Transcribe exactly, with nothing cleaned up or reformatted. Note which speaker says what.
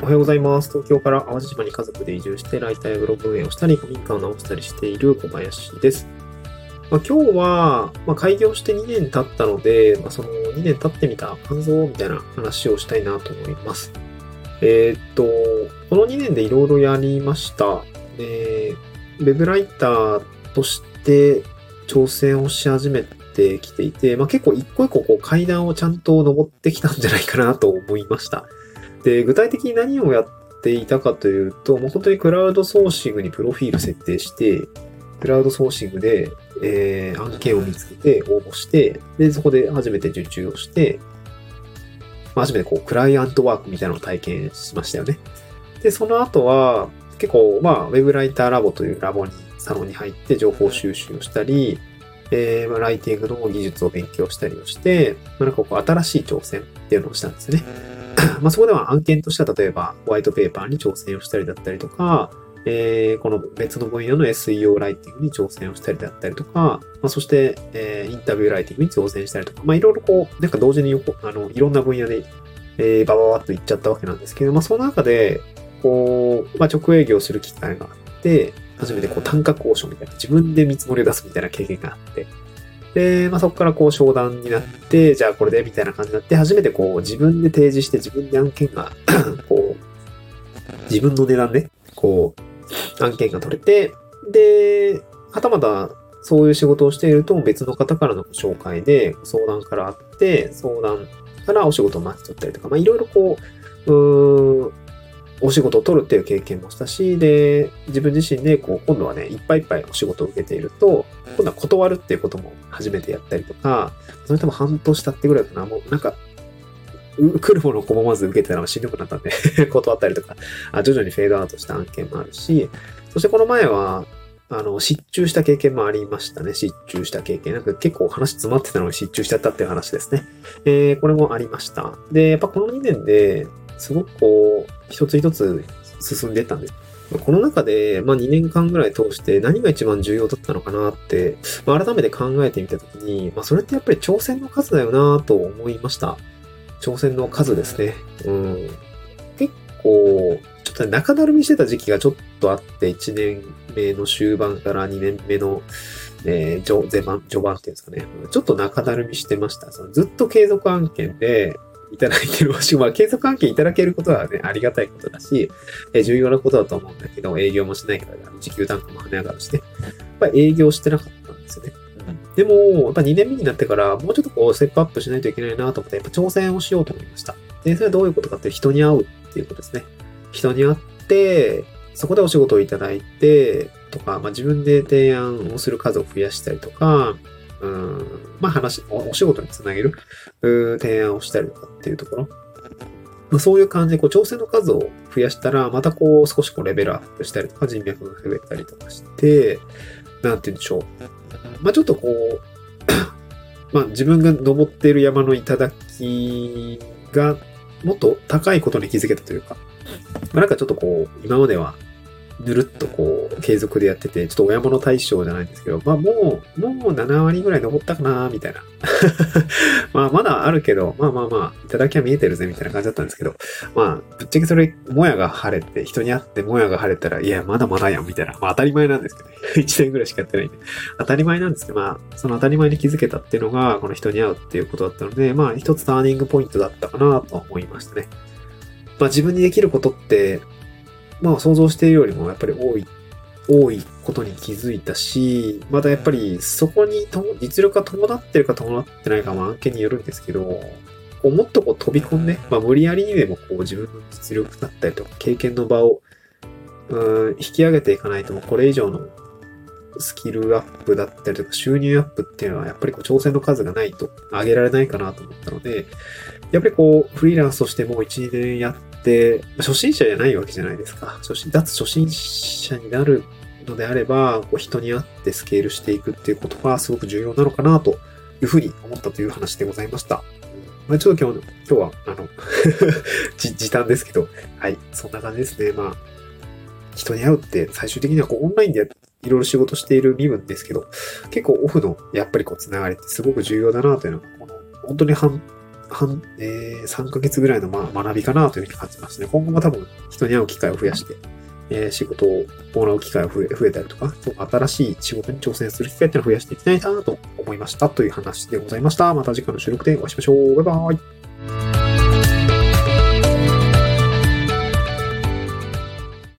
Speaker 1: おはようございます。東京から淡路島に家族で移住してライターやブログ運営をしたり、古民家を直したりしている小林です。まあ、今日は、まあ、開業してにねん経ったので、まあ、そのにねん経ってみた感想みたいな話をしたいなと思います。えー、っと、このにねんでいろいろやりました。えー、ウェブライターとして挑戦をし始めてきていて、まあ、結構一個一個こう階段をちゃんと登ってきたんじゃないかなと思いました。で、具体的に何をやっていたかというと、もう本当にクラウドソーシングにプロフィール設定して、クラウドソーシングで、えー、案件を見つけて応募して、で、そこで初めて受注をして、まあ、初めてこう、クライアントワークみたいなのを体験しましたよね。で、その後は、結構、まあ、ウェブライターラボというラボに、サロンに入って情報収集をしたり、えー、まあ、ライティングの技術を勉強したりをして、まあ、なんかこう、新しい挑戦っていうのをしたんですよね。まあそこでは案件としては例えばホワイトペーパーに挑戦をしたりだったりとか、えー、この別の分野の エスイーオー ライティングに挑戦をしたりだったりとか、まあ、そして、えー、インタビューライティングに挑戦したりとか、まあいろいろこう、なんか同時によあのいろんな分野で、えー、バババッといっちゃったわけなんですけど、まあその中で、こう、まあ直営業する機会があって、初めてこう単価交渉みたいな、自分で見積もりを出すみたいな経験があって、で、まあ、そこからこう商談になって、じゃあこれでみたいな感じになって、初めてこう自分で提示して自分で案件が、こう、自分の値段で、こう、案件が取れて、で、はたまたそういう仕事をしていると別の方からのご紹介で相談からあって、相談からお仕事を待ち取ったりとか、まあいろいろこう、うーん、お仕事を取るっていう経験もしたし、で、自分自身でこう、今度はね、いっぱいいっぱいお仕事を受けていると、今度は断るっていうことも初めてやったりとか、それとも半年経ってぐらいかな、もうなんか、来るものを拒まず受けてたのがしんどくなったんで断ったりとか、徐々にフェードアウトした案件もあるし、そしてこの前は、あの、失注した経験もありましたね。失注した経験。なんか結構話詰まってたのに失注しちゃったっていう話ですね。えー、これもありました。で、やっぱこのにねんで、すごくこう、一つ一つ進んでいったんです。この中で、まあにねんかんぐらい通して何が一番重要だったのかなって、まあ、改めて考えてみたときに、まあそれってやっぱり挑戦の数だよなと思いました。挑戦の数ですね。うん。結構、ちょっと中だるみしてた時期がちょっとあって、いちねんめの終盤からにねんめの、えー、序前盤、序盤っていうんですかね。ちょっと中だるみしてました。そのずっと継続案件で、いただいてるお仕事、まあ、継続案件いただけることはね、ありがたいことだし、えー、重要なことだと思うんだけど、営業もしないから、時給単価も跳ね上がるしね。やっぱり営業してなかったんですよね。うん、でも、やっぱにねんめになってから、もうちょっとこう、ステップアップしないといけないなと思って、やっぱ挑戦をしようと思いました。で、それはどういうことかって人に会うっていうことですね。人に会って、そこでお仕事をいただいて、とか、まあ、自分で提案をする数を増やしたりとか、うん、まあ話、お仕事につなげる提案をしたりとかっていうところ。まあ、そういう感じでこう挑戦の数を増やしたら、またこう少しこうレベルアップしたりとか人脈が増えたりとかして、なんて言うんでしょう。まあちょっとこう、まあ自分が登っている山の頂がもっと高いことに気づけたというか、まあ、なんかちょっとこう、今まではぬるっとこう、継続でやってて、ちょっと親物対象じゃないんですけど、まあもう、もうななわりぐらい登ったかなみたいな。まあまだあるけど、まあまあまあ、いただきは見えてるぜみたいな感じだったんですけど、まあ、ぶっちゃけそれ、もやが晴れて、人に会ってもやが晴れたら、いや、まだまだやんみたいな。まあ当たり前なんですけどね。いちねんぐらいしかやってないんで。当たり前なんですけど、まあ、その当たり前に気づけたっていうのが、この人に会うっていうことだったので、まあ一つターニングポイントだったかなと思いましたね。まあ自分にできることって、まあ想像しているよりもやっぱり多い、多いことに気づいたし、またやっぱりそこにと実力が伴ってるか伴ってないかも案件によるんですけど、こうもっとこう飛び込んで、まあ無理やりにでもこう自分の実力だったりとか経験の場をうん引き上げていかないともうこれ以上のスキルアップだったりとか収入アップっていうのはやっぱりこう挑戦の数がないと上げられないかなと思ったので、やっぱりこうフリーランスとしてもういち、にねんやってで、初心者じゃないわけじゃないですか。初心、脱初心者になるのであれば、こう人に会ってスケールしていくっていうことがすごく重要なのかなというふうに思ったという話でございました。まあ、ちょっと今日の、今日は、あの、時短ですけど、はい、そんな感じですね。まあ、人に会うって最終的にはこうオンラインでいろいろ仕事している身分ですけど、結構オフのやっぱりこうつながりってすごく重要だなというのが、この本当に半半、えー、さんかげつぐらいの、まあ、学びかなというふうに感じましたね。今後も多分人に会う機会を増やして、えー、仕事をもらう機会が増え増えたりとか、新しい仕事に挑戦する機会っていうのを増やしていきたいなと思いましたという話でございました。また次回の収録でお会いしましょう。バイバイ。